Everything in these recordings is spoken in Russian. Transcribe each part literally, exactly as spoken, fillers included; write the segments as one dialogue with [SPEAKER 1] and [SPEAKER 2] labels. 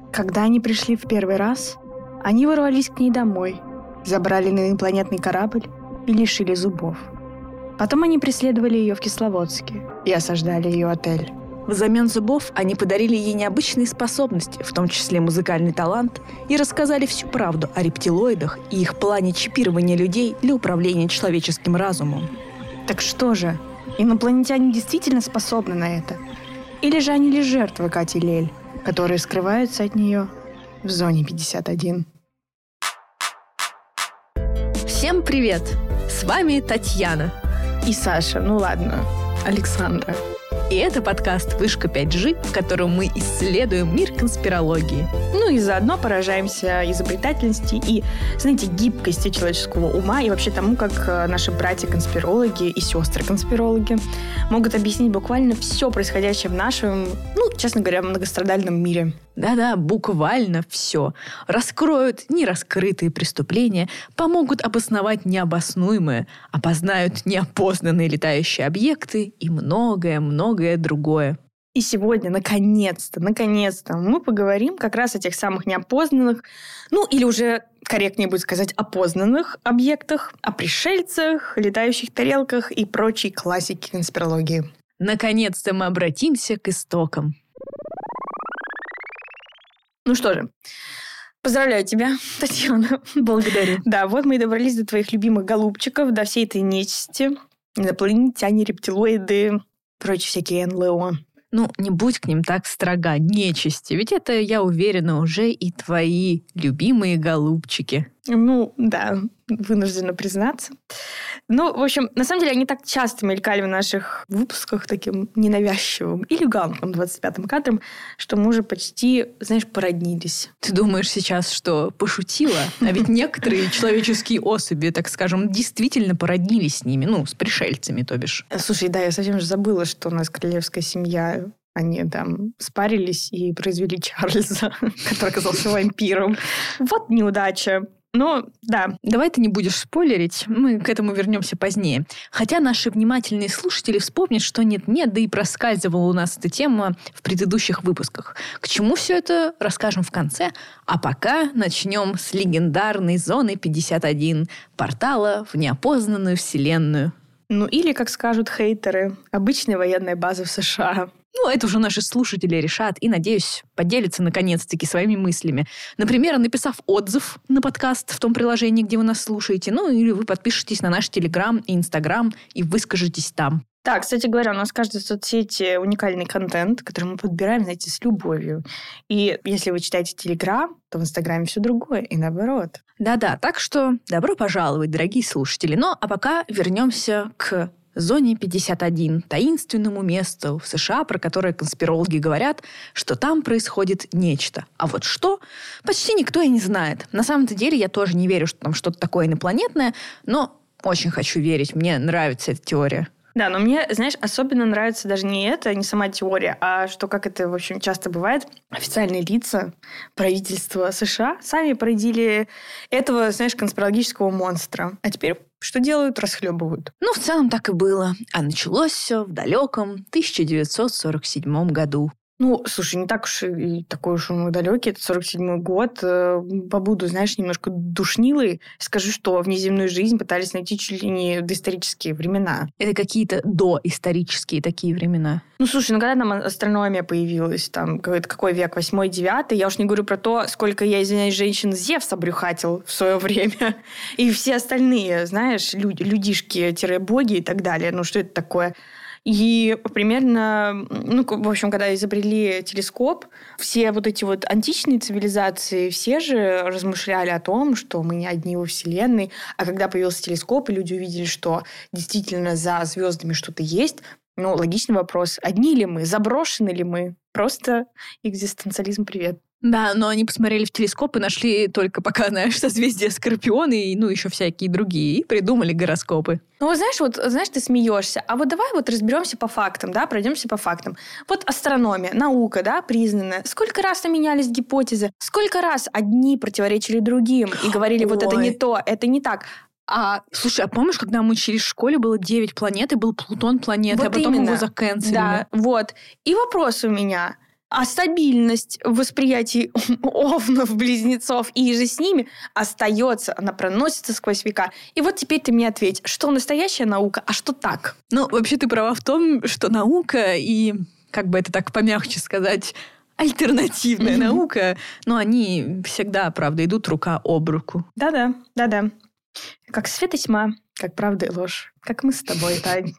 [SPEAKER 1] Когда они пришли в первый раз, они ворвались к ней домой, забрали на инопланетный корабль и лишили зубов. Потом они преследовали ее в Кисловодске и осаждали ее отель.
[SPEAKER 2] Взамен зубов они подарили ей необычные способности, в том числе музыкальный талант, и рассказали всю правду о рептилоидах и их плане чипирования людей для управления человеческим разумом.
[SPEAKER 1] Так что же, инопланетяне действительно способны на это? Или же они лишь жертвы Кати Лель, которые скрываются от нее в зоне пятьдесят один?
[SPEAKER 2] Всем привет! С вами Татьяна.
[SPEAKER 1] И Саша, ну ладно, Александра.
[SPEAKER 2] И это подкаст «Вышка пять джи», в котором мы исследуем мир конспирологии.
[SPEAKER 1] Ну и заодно поражаемся изобретательности и, знаете, гибкости человеческого ума и вообще тому, как наши братья-конспирологи и сестры-конспирологи могут объяснить буквально все происходящее в нашем, ну, честно говоря, многострадальном мире.
[SPEAKER 2] Да-да, буквально все. Раскроют нераскрытые преступления, помогут обосновать необоснуемое, опознают неопознанные летающие объекты и многое-многое другое.
[SPEAKER 1] И сегодня, наконец-то, наконец-то, мы поговорим как раз о тех самых неопознанных, ну или уже корректнее будет сказать, опознанных объектах, о пришельцах, летающих тарелках и прочей классике конспирологии.
[SPEAKER 2] Наконец-то мы обратимся к истокам.
[SPEAKER 1] Ну что же, поздравляю тебя, Татьяна.
[SPEAKER 2] Благодарю.
[SPEAKER 1] Да, вот мы и добрались до твоих любимых голубчиков, до всей этой нечисти. Инопланетяне, рептилоиды, прочие всякие эн эл о.
[SPEAKER 2] Ну, не будь к ним так строга, нечисти. Ведь это, я уверена, уже и твои любимые голубчики.
[SPEAKER 1] Ну, да, вынуждена признаться. Ну, в общем, на самом деле, они так часто мелькали в наших выпусках таким ненавязчивым, элегантным двадцать пятым кадром, что мы уже почти, знаешь, породнились.
[SPEAKER 2] Ты думаешь сейчас, что пошутила? А ведь некоторые человеческие особи, так скажем, действительно породнились с ними, ну, с пришельцами, то бишь.
[SPEAKER 1] Слушай, да, я совсем же забыла, что у нас королевская семья... Они там спарились и произвели Чарльза, который оказался вампиром. Вот неудача. Ну, да.
[SPEAKER 2] Давай ты не будешь спойлерить, мы к этому вернемся позднее. Хотя наши внимательные слушатели вспомнят, что нет-нет, да и проскальзывала у нас эта тема в предыдущих выпусках. К чему все это, расскажем в конце. А пока начнем с легендарной зоны пятьдесят один, портала в неопознанную вселенную.
[SPEAKER 1] Ну, или, как скажут хейтеры, обычная военная база в США.
[SPEAKER 2] Ну, это уже наши слушатели решат и, надеюсь, поделятся наконец-таки своими мыслями. Например, написав отзыв на подкаст в том приложении, где вы нас слушаете, ну, или вы подпишитесь на наш Телеграм и Инстаграм и выскажетесь там.
[SPEAKER 1] Да, кстати говоря, у нас в каждой соцсети уникальный контент, который мы подбираем, знаете, с любовью. И если вы читаете Телеграм, то в Инстаграме все другое, и наоборот.
[SPEAKER 2] Да-да, так что добро пожаловать, дорогие слушатели. Ну, а пока вернемся к зоне пятьдесят один, таинственному месту в США, про которое конспирологи говорят, что там происходит нечто. А вот что, почти никто и не знает. На самом-то деле я тоже не верю, что там что-то такое инопланетное, но очень хочу верить, мне нравится эта теория.
[SPEAKER 1] Да, но мне, знаешь, особенно нравится даже не это, не сама теория, а что, как это, в общем, часто бывает, официальные лица правительства США сами породили этого, знаешь, конспирологического монстра. А теперь что делают? Расхлебывают.
[SPEAKER 2] Ну, в целом так и было. А началось все в далеком тысяча девятьсот сорок седьмом году.
[SPEAKER 1] Ну, слушай, не так уж и такой уж он далекий, это сорок седьмой год. Побуду, знаешь, немножко душнилой. Скажу, что внеземную жизнь пытались найти чуть ли не доисторические времена.
[SPEAKER 2] Это какие-то доисторические такие времена.
[SPEAKER 1] Ну, слушай, ну когда там астрономия появилась, там какой век, восьмой, девятый, я уж не говорю про то, сколько, я извиняюсь, женщин Зевс обрюхатил в свое время. И все остальные, знаешь, люди, людишки-боги и так далее. Ну, что это такое? И примерно, ну, в общем, когда изобрели телескоп, все вот эти вот античные цивилизации, все же размышляли о том, что мы не одни во Вселенной. А когда появился телескоп, и люди увидели, что действительно за звездами что-то есть, ну, логичный вопрос, одни ли мы, заброшены ли мы? Просто экзистенциализм, привет.
[SPEAKER 2] Да, но они посмотрели в телескоп и нашли только пока, знаешь, созвездия Скорпиона и, ну, еще всякие другие, и придумали гороскопы.
[SPEAKER 1] Ну, знаешь, вот, знаешь, ты смеешься, а вот давай вот разберемся по фактам, да, пройдемся по фактам. Вот астрономия, наука, да, признанная. Сколько раз менялись гипотезы, сколько раз одни противоречили другим и говорили, вот это не то, это не так.
[SPEAKER 2] А, слушай, а помнишь, когда мы учились в школе, было девять планет, и был Плутон планетой,
[SPEAKER 1] вот
[SPEAKER 2] а потом
[SPEAKER 1] именно.
[SPEAKER 2] его заканцелили?
[SPEAKER 1] Да, вот. И вопрос у меня. А стабильность в восприятии овнов-близнецов и же с ними остается, она проносится сквозь века. И вот теперь ты мне ответь, что настоящая наука, а что так?
[SPEAKER 2] Ну, вообще ты права в том, что наука и, как бы это так помягче сказать, альтернативная mm-hmm. наука, но они всегда, правда, идут рука об руку.
[SPEAKER 1] Да-да, да-да. Как свет и тьма, как правда и ложь. Как мы с тобой, Тань.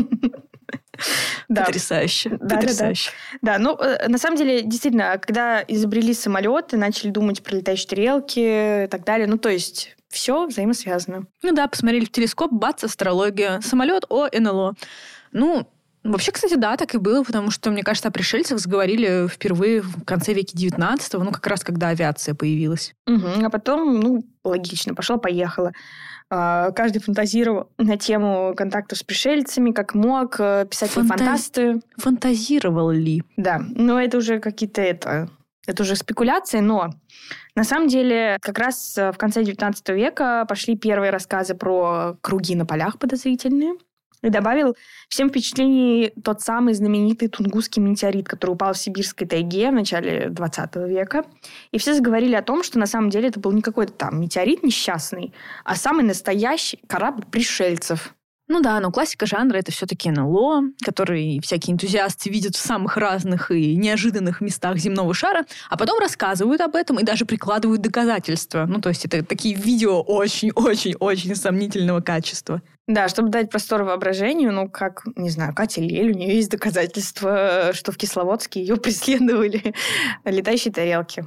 [SPEAKER 2] Да. Потрясающе.
[SPEAKER 1] Да,
[SPEAKER 2] Потрясающе.
[SPEAKER 1] Да, да. да, ну, на самом деле, действительно, когда изобрели самолеты, начали думать про летающие тарелки и так далее, ну, то есть все взаимосвязано.
[SPEAKER 2] Ну да, посмотрели в телескоп, бац, астрология, самолет, о, эн эл о. Ну, вообще, кстати, да, так и было, потому что, мне кажется, о пришельцах заговорили впервые в конце века девятнадцатого, ну, как раз когда авиация появилась.
[SPEAKER 1] Угу. А потом, ну, логично, пошло-поехало. Каждый фантазировал на тему контактов с пришельцами, как мог, писатели-фантасты.
[SPEAKER 2] Фантаз... Фантазировал ли?
[SPEAKER 1] Да, но это уже какие-то... Это, это уже спекуляции, но на самом деле как раз в конце девятнадцатого века пошли первые рассказы про круги на полях подозрительные. И добавил всем впечатлений тот самый знаменитый Тунгусский метеорит, который упал в сибирской тайге в начале двадцатого века. И все заговорили о том, что на самом деле это был не какой-то там метеорит несчастный, а самый настоящий корабль пришельцев.
[SPEAKER 2] Ну да, но классика жанра — это все-таки эн эл о, который всякие энтузиасты видят в самых разных и неожиданных местах земного шара, а потом рассказывают об этом и даже прикладывают доказательства. Ну, то есть это такие видео очень-очень-очень сомнительного качества.
[SPEAKER 1] Да, чтобы дать простор воображению, ну, как, не знаю, Катя Лель, у нее есть доказательства, что в Кисловодске ее преследовали летающие тарелки.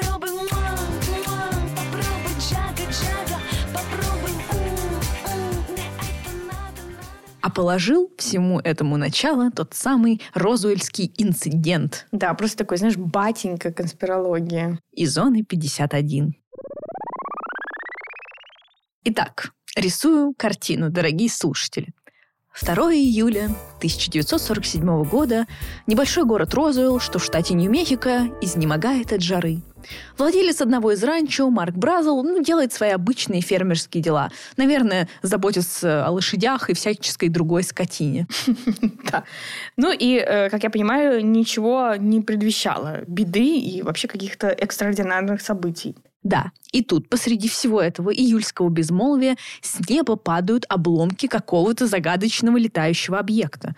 [SPEAKER 2] А положил всему этому начало тот самый Розуэльский инцидент.
[SPEAKER 1] Да, просто такой, знаешь, батенька конспирология.
[SPEAKER 2] И зоны пятьдесят один. Итак, рисую картину, дорогие слушатели. второго июля тысяча девятьсот сорок седьмого года небольшой город Розуэлл, что в штате Нью-Мехико, изнемогает от жары. Владелец одного из ранчо, Марк Бразел, ну, делает свои обычные фермерские дела. Наверное, заботится о лошадях и всяческой другой скотине.
[SPEAKER 1] Да. Ну и, как я понимаю, ничего не предвещало беды и вообще каких-то экстраординарных событий.
[SPEAKER 2] Да, и тут посреди всего этого июльского безмолвия с неба падают обломки какого-то загадочного летающего объекта.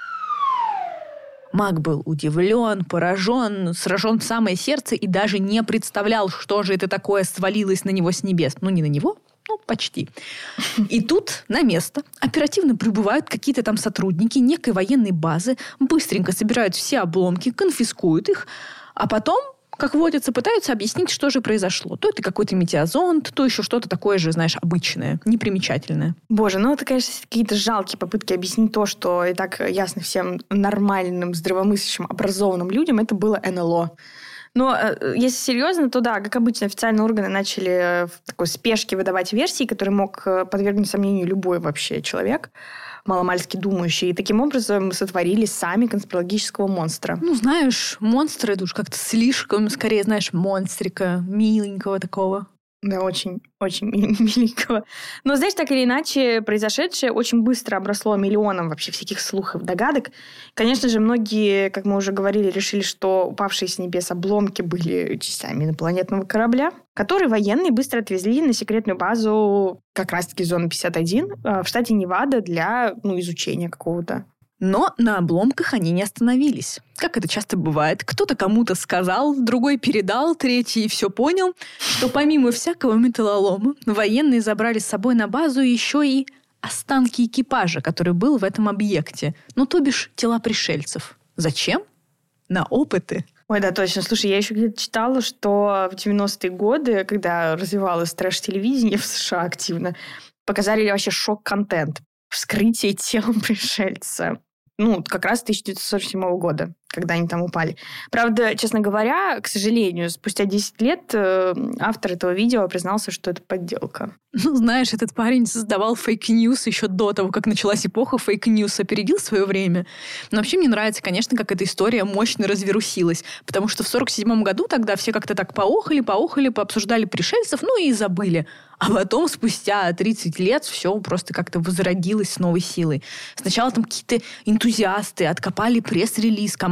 [SPEAKER 2] Маг был удивлен, поражен, сражен в самое сердце и даже не представлял, что же это такое свалилось на него с небес. Ну, не на него, ну, почти. И тут на место оперативно прибывают какие-то там сотрудники некой военной базы, быстренько собирают все обломки, конфискуют их, а потом, как водится, пытаются объяснить, что же произошло. То это какой-то метеозонд, то еще что-то такое же, знаешь, обычное, непримечательное.
[SPEAKER 1] Боже, ну это, конечно, какие-то жалкие попытки объяснить то, что и так ясно всем нормальным, здравомыслящим, образованным людям, это было эн эл о. Но если серьезно, то да, как обычно, официальные органы начали в такой спешке выдавать версии, которые мог подвергнуть сомнению любой вообще человек, маломальски думающий. И таким образом сотворили сами конспирологического монстра.
[SPEAKER 2] Ну, знаешь, монстр это уж как-то слишком, скорее, знаешь, монстрика, миленького такого.
[SPEAKER 1] Да, очень, очень миленького. Но, знаешь, так или иначе, произошедшее очень быстро обросло миллионом вообще всяких слухов, догадок. Конечно же, многие, как мы уже говорили, решили, что упавшие с небес обломки были частями инопланетного корабля, который военные быстро отвезли на секретную базу как раз-таки зоны пятьдесят один в штате Невада для, ну, изучения какого-то.
[SPEAKER 2] Но на обломках они не остановились. Как это часто бывает, кто-то кому-то сказал, другой передал, третий все понял, что помимо всякого металлолома военные забрали с собой на базу еще и останки экипажа, который был в этом объекте. Ну, то бишь тела пришельцев. Зачем? На опыты.
[SPEAKER 1] Ой, да, точно. Слушай, я еще где-то читала, что в девяностые годы, когда развивалось трэш-телевидение в США активно, показали вообще шок-контент. Вскрытие тела пришельца. Ну, как раз тысяча девятьсот сорок седьмого года, когда они там упали. Правда, честно говоря, к сожалению, спустя десять лет автор этого видео признался, что это подделка.
[SPEAKER 2] Ну, знаешь, этот парень создавал фейк-ньюс еще до того, как началась эпоха фейк-ньюс, опередил свое время. Но вообще мне нравится, конечно, как эта история мощно развирусилась, потому что в сорок седьмом году тогда все как-то так поохали, поохали, пообсуждали пришельцев, ну и забыли. А потом, спустя тридцать лет, все просто как-то возродилось с новой силой. Сначала там какие-то энтузиасты откопали пресс-релиз команды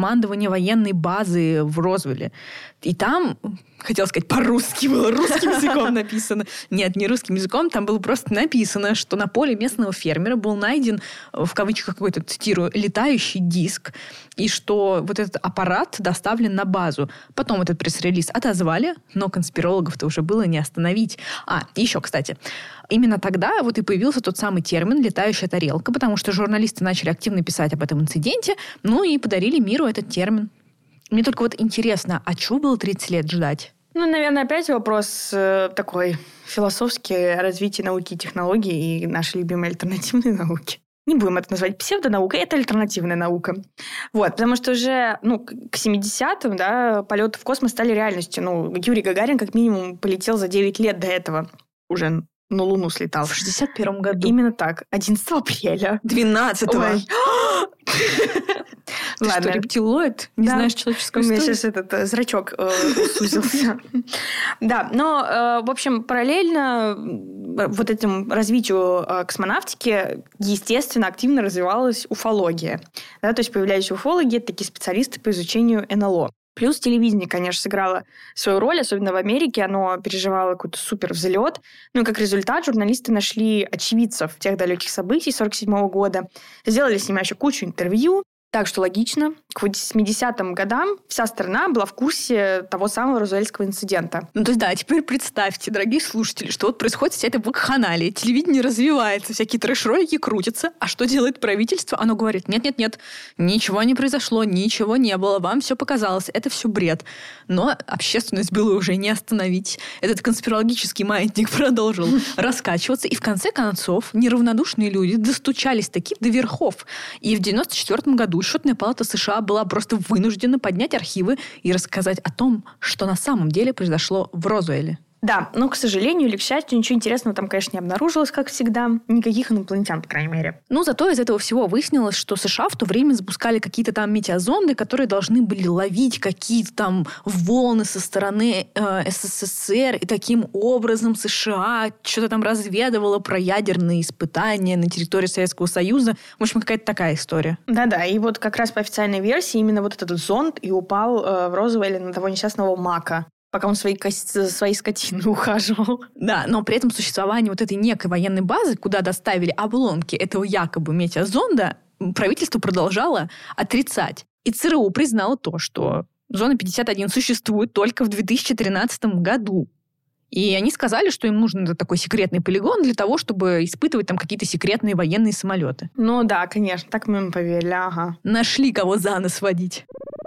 [SPEAKER 2] командования военной базы в Розуэле. И там, хотела сказать, по-русски было, русским языком написано. Нет, не русским языком, там было просто написано, что на поле местного фермера был найден, в кавычках какой-то, цитирую, летающий диск, и что вот этот аппарат доставлен на базу. Потом этот пресс-релиз отозвали, но конспирологов-то уже было не остановить. А, еще, кстати, именно тогда вот и появился тот самый термин «летающая тарелка», потому что журналисты начали активно писать об этом инциденте, ну и подарили миру этот термин. Мне только вот интересно, а чего было тридцать лет ждать?
[SPEAKER 1] Ну, наверное, опять вопрос э, такой философский, развитие науки и технологий и нашей любимой альтернативной науки. Не будем это называть псевдонаукой, это альтернативная наука. Вот, потому что уже ну, к семидесятым да, полеты в космос стали реальностью. Ну, Юрий Гагарин как минимум полетел за девять лет до этого уже на Луну слетал.
[SPEAKER 2] В шестьдесят первом году.
[SPEAKER 1] Именно так. одиннадцатого апреля.
[SPEAKER 2] двенадцатого. Ты
[SPEAKER 1] Ладно.
[SPEAKER 2] что, рептилоид? Не
[SPEAKER 1] да.
[SPEAKER 2] знаешь человеческую
[SPEAKER 1] историю? У меня
[SPEAKER 2] историю?
[SPEAKER 1] сейчас этот э, зрачок э, сузился. Да, но, э, в общем, параллельно вот этому развитию э, космонавтики, естественно, активно развивалась уфология. Да, то есть появлялись уфологи, это такие специалисты по изучению эн эл о. Плюс телевидение, конечно, сыграло свою роль, особенно в Америке. Оно переживало какой-то супер взлет. Ну и как результат журналисты нашли очевидцев тех далеких событий сорок седьмого года. Сделали с ними еще кучу интервью. Так что логично, к восьмидесятым годам вся страна была в курсе того самого розуэльского инцидента.
[SPEAKER 2] Ну, то есть, да, теперь представьте, дорогие слушатели, что вот происходит вся эта вакханалия, телевидение развивается, всякие трэш-ролики крутятся, а что делает правительство? Оно говорит, нет-нет-нет, ничего не произошло, ничего не было, вам все показалось, это все бред. Но общественность было уже не остановить. Этот конспирологический маятник продолжил раскачиваться, и в конце концов неравнодушные люди достучались таки до верхов. И в девяносто четвёртом году Счетная палата США была просто вынуждена поднять архивы и рассказать о том, что на самом деле произошло в Розуэле.
[SPEAKER 1] Да, но, к сожалению или к счастью, ничего интересного там, конечно, не обнаружилось, как всегда. Никаких инопланетян, по крайней мере.
[SPEAKER 2] Ну, зато из этого всего выяснилось, что США в то время запускали какие-то там метеозонды, которые должны были ловить какие-то там волны со стороны э, эс эс эс эр, и таким образом США что-то там разведывало про ядерные испытания на территории Советского Союза. В общем, какая-то такая история.
[SPEAKER 1] Да-да, и вот как раз по официальной версии именно вот этот зонд и упал э, в Розуэле на того несчастного Мака, пока он своей, своей скотиной ухаживал.
[SPEAKER 2] Да, но при этом существование вот этой некой военной базы, куда доставили обломки этого якобы метеозонда, правительство продолжало отрицать. И ЦРУ признало то, что зона пятьдесят один существует только в две тысячи тринадцатом году. И они сказали, что им нужен такой секретный полигон для того, чтобы испытывать там какие-то секретные военные самолеты.
[SPEAKER 1] Ну да, конечно, так мы им поверили, ага.
[SPEAKER 2] Нашли кого за нос водить.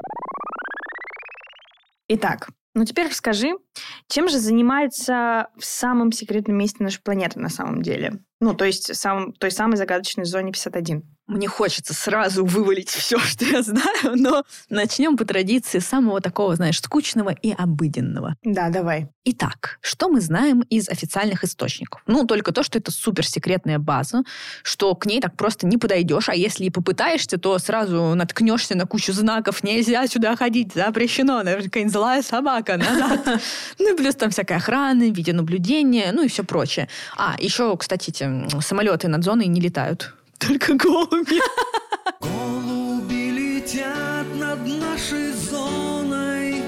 [SPEAKER 1] Итак, ну теперь расскажи, чем же занимается в самом секретном месте нашей планеты на самом деле? Ну, то есть сам, той самой загадочной зоне пятьдесят один.
[SPEAKER 2] Мне хочется сразу вывалить все, что я знаю, но начнем по традиции самого такого, знаешь, скучного и обыденного.
[SPEAKER 1] Да, давай.
[SPEAKER 2] Итак, что мы знаем из официальных источников? Ну, только то, что это суперсекретная база, что к ней так просто не подойдешь, а если и попытаешься, то сразу наткнешься на кучу знаков, нельзя сюда ходить, запрещено, наверное, какая-нибудь злая собака, назад. Ну и плюс там всякая охрана, видеонаблюдение, ну и все прочее. А, еще, кстати, эти самолеты над зоной не летают. Только голуби.
[SPEAKER 3] Голуби летят над нашей зоной.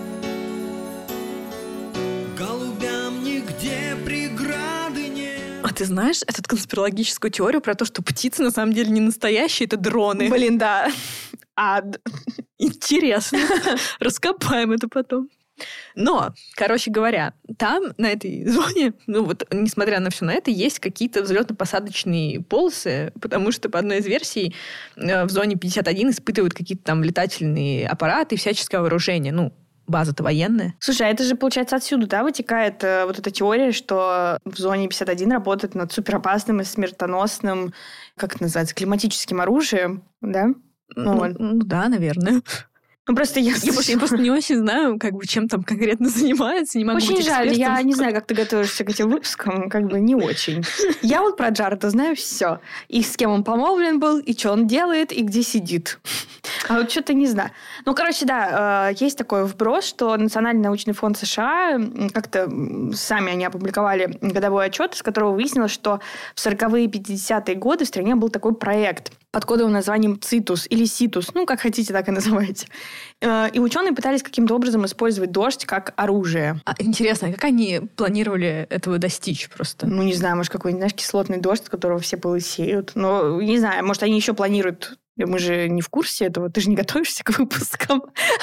[SPEAKER 3] Голубям нигде преграды нет.
[SPEAKER 2] А ты знаешь эту конспирологическую теорию про то, что птицы на самом деле не настоящие, это дроны?
[SPEAKER 1] Блин, да. Ад.
[SPEAKER 2] Интересно. Раскопаем это потом. Но, короче говоря, там, на этой зоне, ну вот, несмотря на все на это, есть какие-то взлетно-посадочные полосы, потому что, по одной из версий, в зоне пятьдесят один испытывают какие-то там летательные аппараты и всяческое вооружение. Ну, база-то военная.
[SPEAKER 1] Слушай, а это же, получается, отсюда, да, вытекает э, вот эта теория, что в зоне пятьдесят один работает над суперопасным и смертоносным, как это называется, климатическим оружием, да?
[SPEAKER 2] Ну, ну, ну да, наверное.
[SPEAKER 1] Ну, просто я...
[SPEAKER 2] Я, я просто не очень знаю, как бы, чем там конкретно занимается. Не могу
[SPEAKER 1] очень
[SPEAKER 2] быть
[SPEAKER 1] жаль,
[SPEAKER 2] экспертом.
[SPEAKER 1] я не знаю, как ты готовишься к этим выпускам, как бы не очень. Я вот про Джареда знаю все. И с кем он помолвлен был, и что он делает, и где сидит. А вот что-то не знаю. Ну, короче, да, есть такой вброс, что Национальный научный фонд США как-то сами они опубликовали годовой отчет, из которого выяснилось, что в сороковые и пятидесятые годы в стране был такой проект – под кодовым названием Цитус или Ситус, ну, как хотите, так и называйте. И ученые пытались каким-то образом использовать дождь как оружие.
[SPEAKER 2] А, интересно, как они планировали этого достичь просто?
[SPEAKER 1] Ну, не знаю, может, какой-нибудь, знаешь, кислотный дождь, от которого все полысеют. Но, не знаю, может, они еще планируют... Мы же не в курсе этого, ты же не готовишься к выпускам.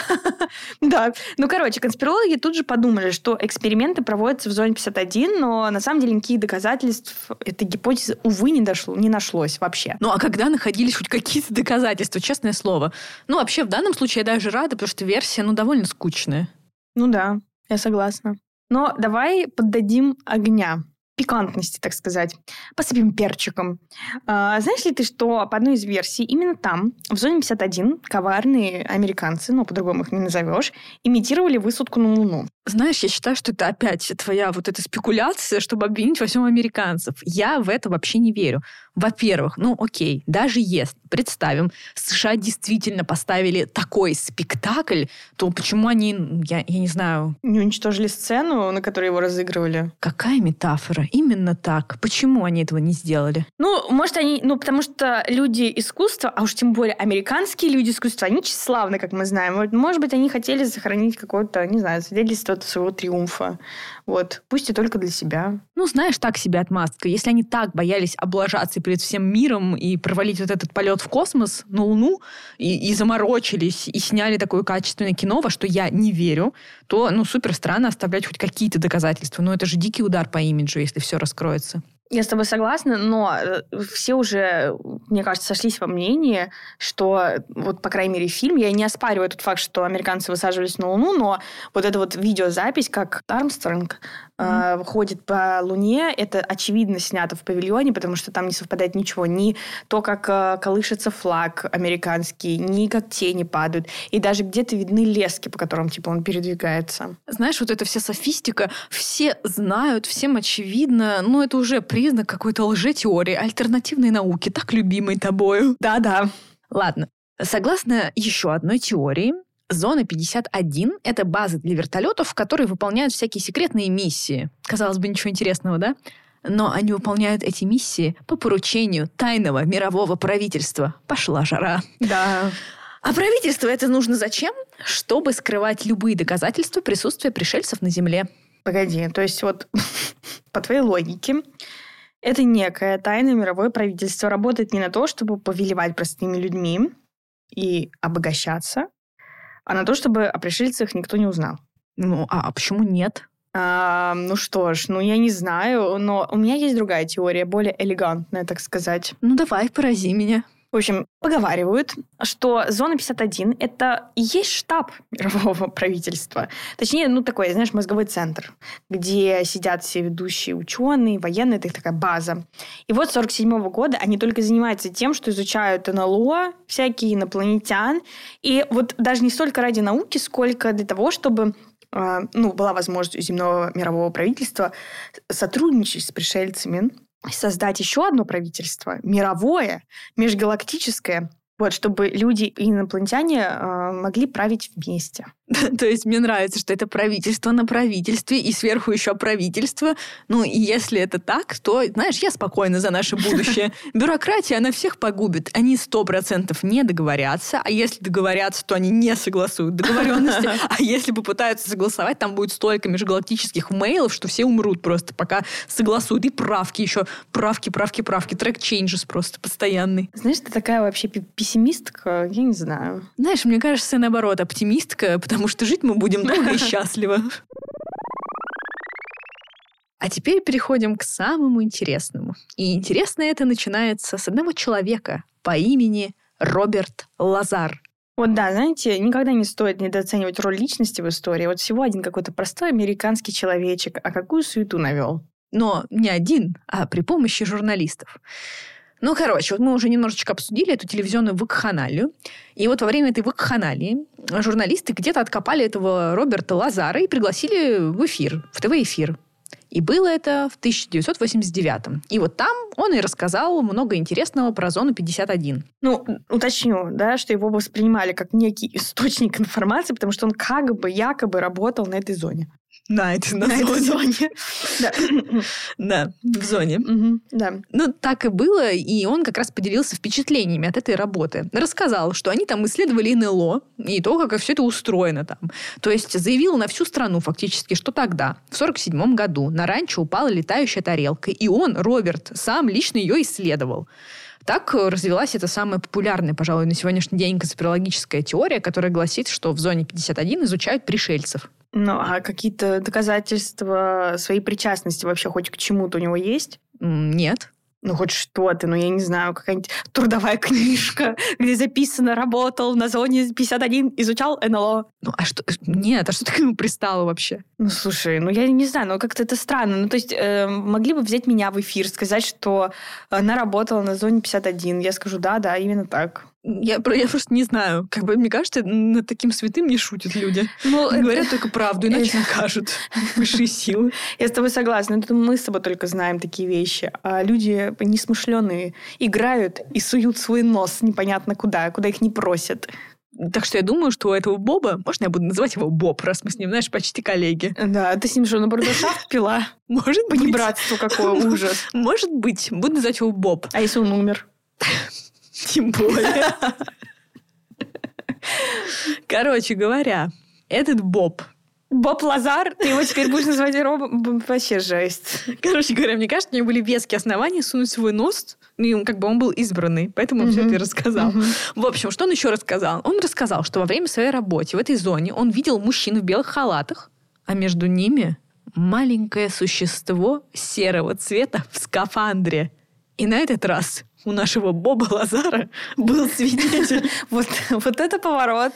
[SPEAKER 1] Да. Ну, короче, конспирологи тут же подумали, что эксперименты проводятся в зоне пятьдесят один, но на самом деле никаких доказательств этой гипотезы, увы, не дошло, не нашлось вообще.
[SPEAKER 2] Ну, а когда находились хоть какие-то доказательства, честное слово? Ну, вообще, в данном случае я даже рада, потому что версия, ну, довольно скучная.
[SPEAKER 1] Ну да, я согласна. Но давай поддадим огня. Пикантности, так сказать. Посыпем перчиком. А, знаешь ли ты, что по одной из версий именно там, в зоне пятьдесят один, коварные американцы, ну, по-другому их не назовешь, имитировали высадку на Луну?
[SPEAKER 2] Знаешь, я считаю, что это опять твоя вот эта спекуляция, чтобы обвинить во всем американцев. Я в это вообще не верю. Во-первых, ну окей, даже если, представим, США действительно поставили такой спектакль, то почему они, я, я не знаю...
[SPEAKER 1] Не уничтожили сцену, на которой его разыгрывали?
[SPEAKER 2] Какая метафора? Именно так. Почему они этого не сделали?
[SPEAKER 1] Ну, может, они... Ну, потому что люди искусства, а уж тем более американские люди искусства, они тщеславны, как мы знаем. Может быть, они хотели сохранить какое-то, не знаю, свидетельство своего триумфа. Вот. Пусть и только для себя.
[SPEAKER 2] Ну, знаешь, так себе отмазка. Если они так боялись облажаться перед всем миром и провалить вот этот полет в космос на Луну, и, и заморочились, и сняли такое качественное кино, во что я не верю, то, ну, супер странно оставлять хоть какие-то доказательства. Но это же дикий удар по имиджу, если все раскроется.
[SPEAKER 1] Я с тобой согласна, но все уже, мне кажется, сошлись во мнении, что, вот, по крайней мере, фильм, я не оспариваю тот факт, что американцы высаживались на Луну, но вот эта вот видеозапись, как Армстронг mm-hmm. э, ходит по Луне, это очевидно снято в павильоне, потому что там не совпадает ничего. Ни то, как э, колышется флаг американский, ни как тени падают. И даже где-то видны лески, по которым, типа, он передвигается.
[SPEAKER 2] Знаешь, вот эта вся софистика, все знают, всем очевидно, но это уже признак какой-то лжетеории, альтернативной науки, так любимой тобою.
[SPEAKER 1] Да-да.
[SPEAKER 2] Ладно. Согласно еще одной теории, зона пятьдесят один — это база для вертолетов, которые выполняют всякие секретные миссии. Казалось бы, ничего интересного, да? Но они выполняют эти миссии по поручению тайного мирового правительства. Пошла жара.
[SPEAKER 1] Да.
[SPEAKER 2] А правительству это нужно зачем? Чтобы скрывать любые доказательства присутствия пришельцев на Земле.
[SPEAKER 1] Погоди, то есть вот по твоей логике это некое тайное мировое правительство работает не на то, чтобы повелевать простыми людьми и обогащаться, а на то, чтобы о пришельцах никто не узнал.
[SPEAKER 2] Ну, а почему нет?
[SPEAKER 1] А, ну что ж, ну я не знаю, но у меня есть другая теория, более элегантная, так сказать.
[SPEAKER 2] Ну давай, порази меня.
[SPEAKER 1] В общем, поговаривают, что зона пятьдесят один – это и есть штаб мирового правительства. Точнее, ну, такой, знаешь, мозговой центр, где сидят все ведущие ученые, военные, это их такая база. И вот с сорок седьмого года они только занимаются тем, что изучают эн эл о, всякие инопланетян. И вот даже не столько ради науки, сколько для того, чтобы ну, была возможность у земного мирового правительства сотрудничать с пришельцами, создать еще одно правительство, мировое, межгалактическое, вот, чтобы люди и инопланетяне э, могли править вместе.
[SPEAKER 2] То есть мне нравится, что это правительство на правительстве, и сверху еще правительство. Ну, и если это так, то, знаешь, я спокойна за наше будущее. Бюрократия, она всех погубит. Они сто процентов не договорятся, а если договорятся, то они не согласуют договоренности. А если попытаются согласовать, там будет столько межгалактических мейлов, что все умрут просто, пока согласуют. И правки еще. Правки, правки, правки. Трек-чейнджес просто постоянный.
[SPEAKER 1] Знаешь, ты такая вообще пессимистка, я не знаю.
[SPEAKER 2] Знаешь, мне кажется, наоборот, оптимистка, потому что жить мы будем долго и счастливо. А теперь переходим к самому интересному. И интересное это начинается с одного человека по имени Роберт Лазар.
[SPEAKER 1] Вот да, знаете, никогда не стоит недооценивать роль личности в истории. Вот всего один какой-то простой американский человечек, а какую суету навел.
[SPEAKER 2] Но не один, а при помощи журналистов. Ну, короче, вот мы уже немножечко обсудили эту телевизионную вакханалию. И вот во время этой вакханалии журналисты где-то откопали этого Роберта Лазара и пригласили в эфир, в ТВ-эфир. И было это в тысяча девятьсот восемьдесят девятом. И вот там он и рассказал много интересного про зону пятьдесят один.
[SPEAKER 1] Ну, уточню, да, что его воспринимали как некий источник информации, потому что он как бы якобы работал на этой зоне.
[SPEAKER 2] На, это на,
[SPEAKER 1] на
[SPEAKER 2] зоне.
[SPEAKER 1] этой зоне. Да.
[SPEAKER 2] Да, в зоне.
[SPEAKER 1] Мгм, да.
[SPEAKER 2] Ну, так и было, и он как раз поделился впечатлениями от этой работы. Рассказал, что они там исследовали эн эл о и то, как все это устроено там. То есть заявил на всю страну фактически, что тогда, в сорок седьмом году, на ранчо упала летающая тарелка, и он, Роберт, сам лично ее исследовал. Так развилась эта самая популярная, пожалуй, на сегодняшний день конспирологическая теория, которая гласит, что в зоне пятьдесят один изучают пришельцев.
[SPEAKER 1] Ну, а какие-то доказательства своей причастности вообще хоть к чему-то у него есть?
[SPEAKER 2] М, Нет.
[SPEAKER 1] Ну, хоть что-то, ну, я не знаю, какая-нибудь трудовая книжка, где записано, работал на зоне пятьдесят один, изучал эн эл о.
[SPEAKER 2] Ну, а что? Нет, а что ты к нему пристало вообще?
[SPEAKER 1] Ну, слушай, ну, я не знаю, ну, как-то это странно. Ну, то есть, э, могли бы взять меня в эфир, сказать, что она работала на зоне пятьдесят один. Я скажу, да, да, именно так.
[SPEAKER 2] Я, про- я просто не знаю. Как бы, мне кажется, над таким святым не шутят люди.
[SPEAKER 1] Ну,
[SPEAKER 2] Говорят только правду, иначе накажут высшие силы.
[SPEAKER 1] Я с тобой согласна. Это мы с тобой только знаем такие вещи. А люди несмышленые играют и суют свой нос непонятно куда, куда их не просят.
[SPEAKER 2] Так что я думаю, что у этого Боба, можно я буду называть его Боб, раз мы с ним, знаешь, почти коллеги.
[SPEAKER 1] Да, ты с ним что, на брудершафт пила?
[SPEAKER 2] Может быть.
[SPEAKER 1] Понебратство какое, ужас.
[SPEAKER 2] Может быть. Буду называть его Боб.
[SPEAKER 1] А если он умер?
[SPEAKER 2] Тем более. Короче говоря, этот Боб.
[SPEAKER 1] Боб Лазар? Ты его теперь будешь называть Робом? Вообще жесть.
[SPEAKER 2] Короче говоря, мне кажется, у него были веские основания сунуть свой нос. Ну, и он, как бы он был избранный, поэтому он
[SPEAKER 1] Мгм.
[SPEAKER 2] все это и рассказал.
[SPEAKER 1] Мгм.
[SPEAKER 2] В общем, что он еще рассказал? Он рассказал, что во время своей работы в этой зоне он видел мужчин в белых халатах, а между ними маленькое существо серого цвета в скафандре. И на этот раз у нашего Боба Лазара был свидетель.
[SPEAKER 1] Вот, вот это поворот.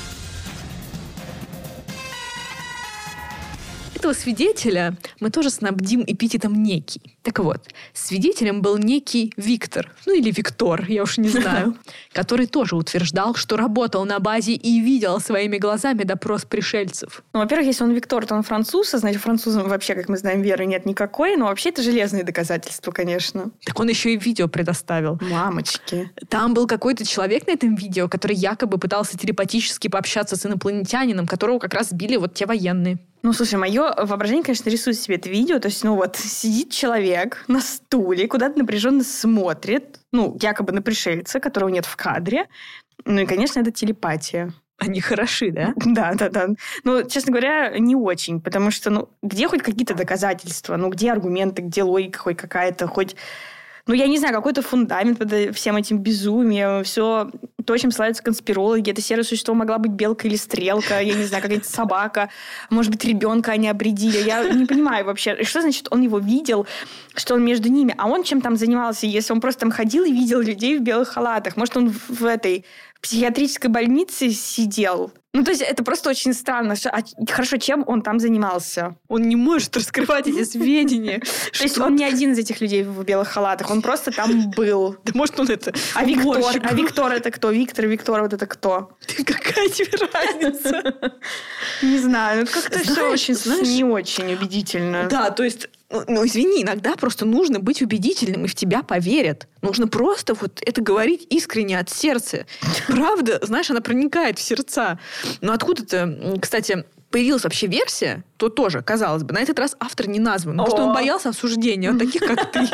[SPEAKER 2] Этого свидетеля мы тоже снабдим эпитетом «некий». Так вот, свидетелем был некий Виктор, ну или Виктор, я уж не знаю, который тоже утверждал, что работал на базе и видел своими глазами допрос пришельцев.
[SPEAKER 1] Ну, во-первых, если он Виктор, то он француз, а значит, французам вообще, как мы знаем, веры нет никакой, но вообще это железные доказательства, конечно.
[SPEAKER 2] Так он еще и видео предоставил.
[SPEAKER 1] Мамочки.
[SPEAKER 2] Там был какой-то человек на этом видео, который якобы пытался телепатически пообщаться с инопланетянином, которого как раз сбили вот те военные.
[SPEAKER 1] Ну, слушай, мое воображение, конечно, рисует себе это видео. То есть, ну вот, сидит человек на стуле, куда-то напряженно смотрит, ну, якобы на пришельца, которого нет в кадре. Ну и, конечно, это телепатия.
[SPEAKER 2] Они хороши, да?
[SPEAKER 1] Да, да, да. Ну, честно говоря, не очень, потому что, ну, где хоть какие-то доказательства? Ну, где аргументы, где логика хоть какая-то, хоть... Ну, я не знаю, какой-то фундамент под всем этим безумием, все то, чем славятся конспирологи. Это серое существо могла быть белка или стрелка, я не знаю, какая-то собака, может быть, ребенка они обредили. Я не понимаю вообще, что значит он его видел, что он между ними, а он чем там занимался, если он просто там ходил и видел людей в белых халатах? Может, он в этой психиатрической больнице сидел? Ну, то есть это просто очень странно. Что, а, хорошо, чем он там занимался?
[SPEAKER 2] Он не может раскрывать эти сведения.
[SPEAKER 1] То есть он не один из этих людей в белых халатах, он просто там был.
[SPEAKER 2] Да может он это...
[SPEAKER 1] А Виктор, а Виктор это кто? Виктор, Виктор, вот это кто?
[SPEAKER 2] Какая тебе разница?
[SPEAKER 1] Не знаю, ну как-то все
[SPEAKER 2] Знаешь,
[SPEAKER 1] очень
[SPEAKER 2] знаешь-
[SPEAKER 1] не очень убедительно.
[SPEAKER 2] Да, то есть, ну, ну, извини, иногда просто нужно быть убедительным, и в тебя поверят. Нужно просто вот это говорить искренне от сердца. Правда, знаешь, она проникает в сердца. Но откуда-то, м, кстати, появилась вообще версия, то тоже, казалось бы, на этот раз автор не назван. Ну, Просто
[SPEAKER 1] О.
[SPEAKER 2] он боялся осуждения от таких, как ты.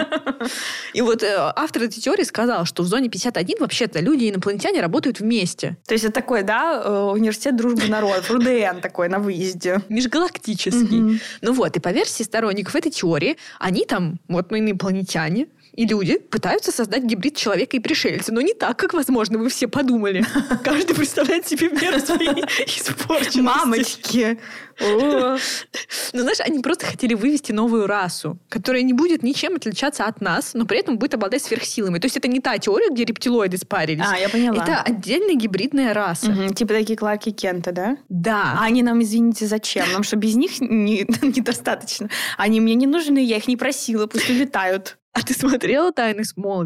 [SPEAKER 2] И вот э, автор этой теории сказал, что в зоне пятьдесят один вообще-то люди и инопланетяне работают вместе.
[SPEAKER 1] То есть это такой, да, э, университет дружбы народов, РУДН такой на выезде.
[SPEAKER 2] Межгалактический.
[SPEAKER 1] Мгм.
[SPEAKER 2] Ну вот, и по версии сторонников этой теории, они там, вот, ну, инопланетяне, и люди пытаются создать гибрид человека и пришельца. Но не так, как, возможно, вы все подумали. Каждый представляет себе меру своей испорченности.
[SPEAKER 1] Мамочки. О.
[SPEAKER 2] Ну, знаешь, они просто хотели вывести новую расу, которая не будет ничем отличаться от нас, но при этом будет обладать сверхсилами. То есть это не та теория, где рептилоиды спарились.
[SPEAKER 1] А, я поняла.
[SPEAKER 2] Это отдельная гибридная раса.
[SPEAKER 1] Мгм, типа такие Кларки Кента, да?
[SPEAKER 2] Да.
[SPEAKER 1] А они нам, извините, зачем? Нам что, без них не- недостаточно? Они мне не нужны, я их не просила, пусть улетают.
[SPEAKER 2] А ты смотрела «Тайны Смолвиля»?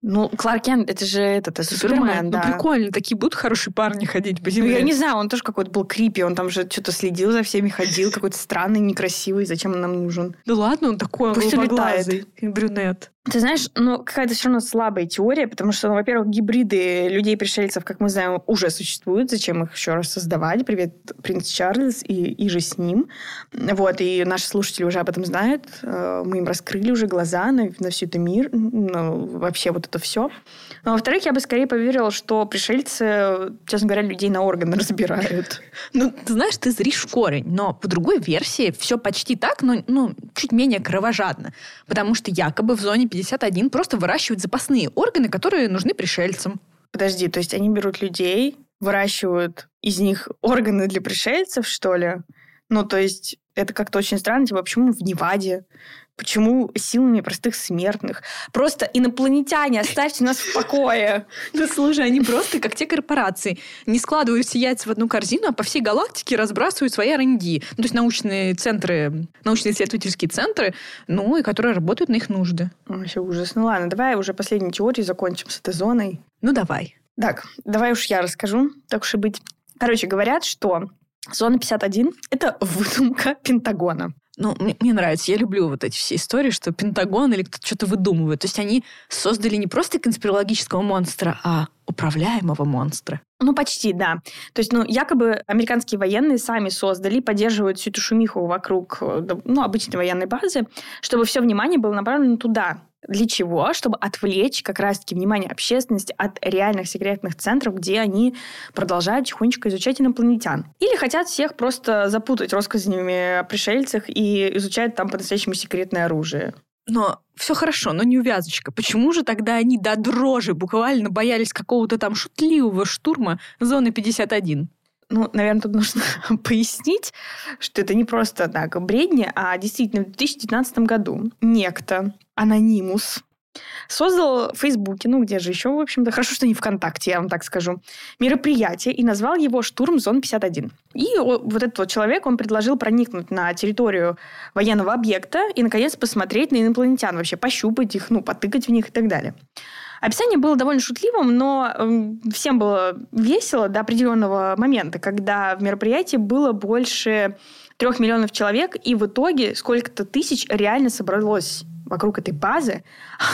[SPEAKER 1] Ну, Кларк Кент, это же этот, это
[SPEAKER 2] Супермен.
[SPEAKER 1] Супермен, да.
[SPEAKER 2] Ну, прикольно. Такие будут хорошие парни ходить по
[SPEAKER 1] Ну,
[SPEAKER 2] земле.
[SPEAKER 1] я не знаю, он тоже какой-то был крипи, он там же что-то следил за всеми, ходил, какой-то странный, некрасивый, зачем он нам нужен?
[SPEAKER 2] Ну ладно, он такой, он
[SPEAKER 1] Пусть
[SPEAKER 2] голубоглазый, брюнет.
[SPEAKER 1] Ты знаешь, ну, какая-то все равно слабая теория, потому что, ну, во-первых, гибриды людей-пришельцев, как мы знаем, уже существуют. Зачем их еще раз создавать? Привет, принц Чарльз и, и же с ним. Вот, и наши слушатели уже об этом знают. Мы им раскрыли уже глаза на, на всю этот мир, ну, вообще вот это все. Но, во-вторых, я бы скорее поверила, что пришельцы, честно говоря, людей на органы разбирают.
[SPEAKER 2] Ну, ты знаешь, ты зришь в корень, но по другой версии все почти так, но ну, чуть менее кровожадно. Потому что якобы в зоне пятьдесят один просто выращивают запасные органы, которые нужны пришельцам.
[SPEAKER 1] Подожди, то есть они берут людей, выращивают из них органы для пришельцев, что ли? Ну, то есть это как-то очень странно. Типа, почему в Неваде? Почему силами простых смертных? Просто инопланетяне, оставьте нас в покое.
[SPEAKER 2] Ну, слушай, они просто, как те корпорации, не складывают все яйца в одну корзину, а по всей галактике разбрасывают свои ар энд ди. Ну, то есть научные центры, научно-исследовательские центры, ну, и которые работают на их нужды.
[SPEAKER 1] Вообще ужас. Ну, ладно, давай уже последнюю теорию закончим с этой зоной.
[SPEAKER 2] Ну, давай.
[SPEAKER 1] Так, давай уж я расскажу, так уж и быть. Короче, говорят, что зона пятьдесят один – это выдумка Пентагона.
[SPEAKER 2] Ну, мне, мне нравится, я люблю вот эти все истории, что Пентагон или кто-то что-то выдумывает. То есть они создали не просто конспирологического монстра, а управляемого монстра.
[SPEAKER 1] Ну, почти, да. То есть, ну, якобы американские военные сами создали, поддерживают всю эту шумиху вокруг, ну, обычной военной базы, чтобы все внимание было направлено туда. Для чего? Чтобы отвлечь как раз-таки внимание общественности от реальных секретных центров, где они продолжают тихонечко изучать инопланетян. Или хотят всех просто запутать россказнями о пришельцах и изучать там по-настоящему секретное оружие.
[SPEAKER 2] Но все хорошо, но не увязочка. Почему же тогда они до дрожи буквально боялись какого-то там шутливого штурма зоны пятьдесят один?
[SPEAKER 1] Ну, наверное, тут нужно пояснить, что это не просто так бредни, а действительно в две тысячи девятнадцатом году некто Анонимус создал в Фейсбуке, ну, где же еще, в общем-то, хорошо, что не ВКонтакте, я вам так скажу, мероприятие и назвал его «Штурм зоны пятьдесят один». И вот этот вот человек, он предложил проникнуть на территорию военного объекта и, наконец, посмотреть на инопланетян, вообще пощупать их, ну, потыкать в них и так далее. Описание было довольно шутливым, но всем было весело до определенного момента, когда в мероприятии было больше трех миллионов человек, и в итоге сколько-то тысяч реально собралось вокруг этой базы.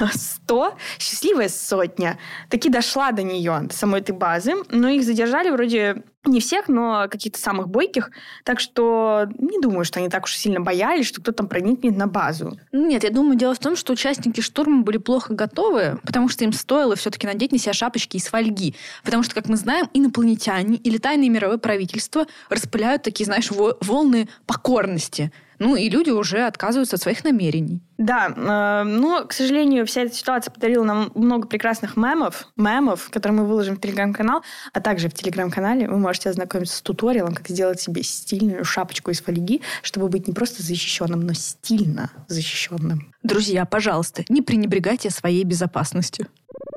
[SPEAKER 1] сто, счастливая сотня, таки дошла до нее, до самой этой базы, но их задержали вроде не всех, но каких-то самых бойких, так что не думаю, что они так уж сильно боялись, что кто-то там проникнет на базу.
[SPEAKER 2] Нет, я думаю, дело в том, что участники штурма были плохо готовы, потому что им стоило все-таки надеть на себя шапочки из фольги, потому что, как мы знаем, инопланетяне или тайное мировое правительство распыляют такие, знаешь, волны покорности. Ну, и люди уже отказываются от своих намерений.
[SPEAKER 1] Да, э, но, к сожалению, вся эта ситуация подарила нам много прекрасных мемов, мемов, которые мы выложим в Телеграм-канал, а также в Телеграм-канале вы можете ознакомиться с туториалом, как сделать себе стильную шапочку из фольги, чтобы быть не просто защищенным, но стильно защищенным.
[SPEAKER 2] Друзья, пожалуйста, не пренебрегайте своей безопасностью.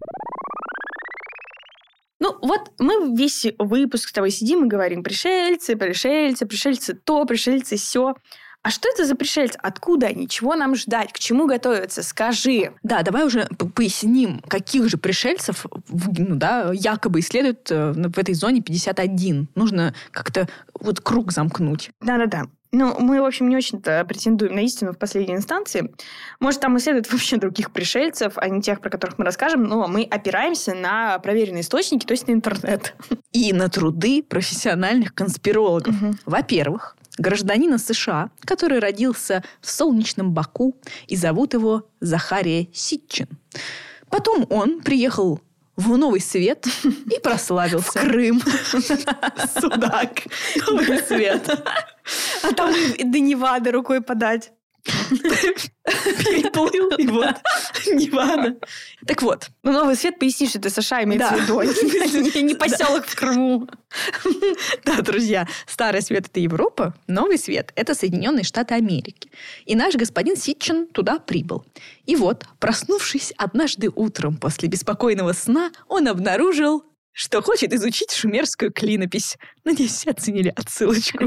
[SPEAKER 1] Ну, вот мы весь выпуск с тобой сидим и говорим пришельцы, пришельцы, пришельцы то, пришельцы сё. А что это за пришельцы? Откуда они? Чего нам ждать? К чему готовиться? Скажи.
[SPEAKER 2] Да, давай уже поясним, каких же пришельцев ну, да, якобы исследуют в этой зоне пятьдесят один. Нужно как-то вот круг замкнуть.
[SPEAKER 1] Да-да-да. Ну, мы, в общем, не очень-то претендуем на истину в последней инстанции. Может, там исследуют вообще других пришельцев, а не тех, про которых мы расскажем, но мы опираемся на проверенные источники, то есть на интернет.
[SPEAKER 2] И на труды профессиональных конспирологов. Угу. Во-первых, гражданина США, который родился в солнечном Баку, и зовут его Захария Ситчин. Потом он приехал в Новый Свет и прославился.
[SPEAKER 1] В Крым.
[SPEAKER 2] Судак. Новый Свет.
[SPEAKER 1] А там до Невады рукой подать.
[SPEAKER 2] Переплыл, и вот Невада. Так вот.
[SPEAKER 1] Ну, Новый Свет, поясни, что это США имеется в виду. Не поселок в Крыму.
[SPEAKER 2] Да, друзья, Старый Свет – это Европа, Новый Свет – это Соединенные Штаты Америки. И наш господин Ситчин туда прибыл. И вот, проснувшись однажды утром после беспокойного сна, он обнаружил, что хочет изучить шумерскую клинопись. Надеюсь, все оценили отсылочку.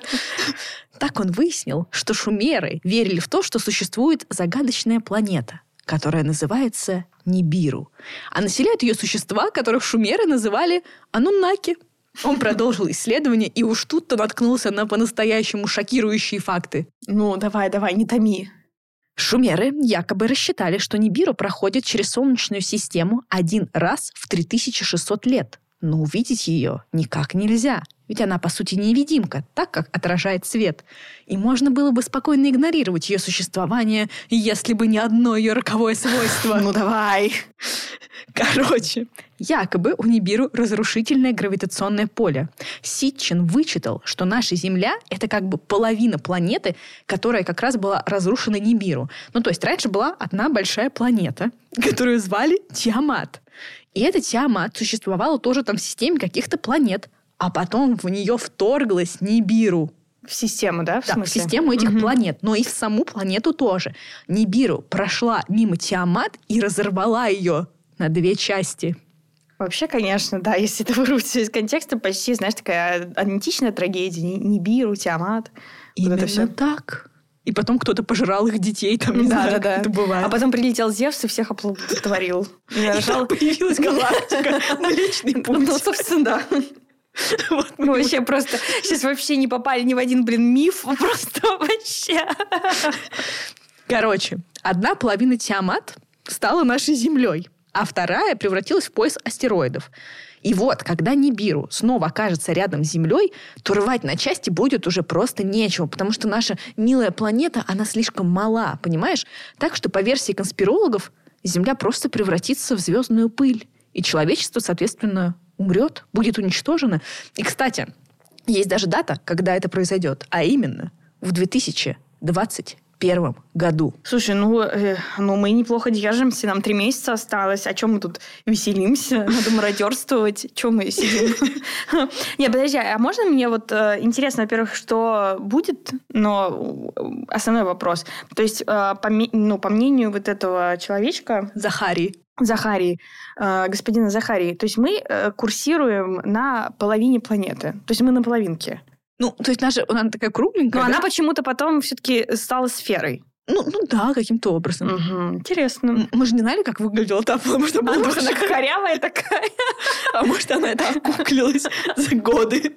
[SPEAKER 2] Так он выяснил, что шумеры верили в то, что существует загадочная планета, которая называется Нибиру. А населяют ее существа, которых шумеры называли Ануннаки. Он продолжил исследование, и уж тут-то наткнулся на по-настоящему шокирующие факты.
[SPEAKER 1] Ну, давай, давай, не томи.
[SPEAKER 2] Шумеры якобы рассчитали, что Нибиру проходит через Солнечную систему один раз в три тысячи шестьсот лет. Но увидеть ее никак нельзя. Ведь она, по сути, невидимка, так как отражает свет. И можно было бы спокойно игнорировать ее существование, если бы не одно ее роковое свойство.
[SPEAKER 1] Ну, давай.
[SPEAKER 2] Короче, якобы у Нибиру разрушительное гравитационное поле. Ситчин вычитал, что наша Земля — это как бы половина планеты, которая как раз была разрушена Нибиру. Ну, то есть раньше была одна большая планета, которую звали Тиамат. И эта Тиамат существовала тоже там в системе каких-то планет. А потом в нее вторглась Нибиру.
[SPEAKER 1] В систему, да? В
[SPEAKER 2] да,
[SPEAKER 1] смысле?
[SPEAKER 2] в систему этих
[SPEAKER 1] угу.
[SPEAKER 2] планет. Но и в саму планету тоже. Нибиру прошла мимо Тиамат и разорвала ее на две части.
[SPEAKER 1] Вообще, конечно, да. Если это вырвать все из контекста, почти, знаешь, такая античная трагедия. Нибиру, Тиамат.
[SPEAKER 2] Именно
[SPEAKER 1] вот это все.
[SPEAKER 2] так. И потом кто-то пожрал их детей, там, не
[SPEAKER 1] да,
[SPEAKER 2] знаю,
[SPEAKER 1] да,
[SPEAKER 2] как
[SPEAKER 1] да.
[SPEAKER 2] это бывает.
[SPEAKER 1] А потом прилетел Зевс и всех оплодотворил. И
[SPEAKER 2] там появилась галактика. Млечный путь.
[SPEAKER 1] Ну, собственно, да.
[SPEAKER 2] Вот.
[SPEAKER 1] Мы вообще просто сейчас вообще не попали ни в один, блин, миф. Просто вообще.
[SPEAKER 2] Короче, одна половина Тиамат стала нашей Землей, а вторая превратилась в пояс астероидов. И вот, когда Нибиру снова окажется рядом с Землей, то рвать на части будет уже просто нечего, потому что наша милая планета, она слишком мала, понимаешь? Так что, по версии конспирологов, Земля просто превратится в звездную пыль. И человечество, соответственно, умрет, будет уничтожено. И, кстати, есть даже дата, когда это произойдет, а именно в две тысячи двадцать первом году.
[SPEAKER 1] Слушай, ну, э, ну мы неплохо держимся, нам три месяца осталось. О чем мы тут веселимся? Надо мародерствовать. Чем мы сидим? Не, подожди, а можно мне вот интересно, во-первых, что будет, но основной вопрос. То есть, по мнению вот этого человечка...
[SPEAKER 2] Захарии.
[SPEAKER 1] Захарии, э, господина Захарии. То есть мы э, курсируем на половине планеты. То есть мы на половинке.
[SPEAKER 2] Ну, то есть наша, она такая кругленькая.
[SPEAKER 1] Но
[SPEAKER 2] да?
[SPEAKER 1] она почему-то потом все-таки стала сферой.
[SPEAKER 2] Ну, ну да, каким-то образом.
[SPEAKER 1] Угу. Интересно.
[SPEAKER 2] Мы же не знали, как выглядела та, потому что
[SPEAKER 1] а может, она корявая такая.
[SPEAKER 2] А может, она это окуклилась за годы.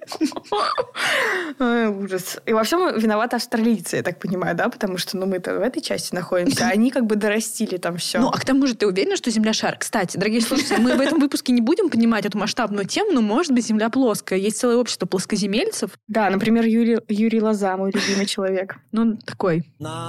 [SPEAKER 1] Ой, ужас. И во всем виноваты австралийцы, я так понимаю, да? Потому что ну, мы-то в этой части находимся, а они как бы дорастили там все.
[SPEAKER 2] Ну, а к тому же ты уверена, что Земля шар? Кстати, дорогие слушатели, мы в этом выпуске не будем поднимать эту масштабную тему, но, может быть, Земля плоская. Есть целое общество плоскоземельцев.
[SPEAKER 1] Да, например, Юрий, Юрий Лоза, мой любимый человек.
[SPEAKER 2] Ну, он такой...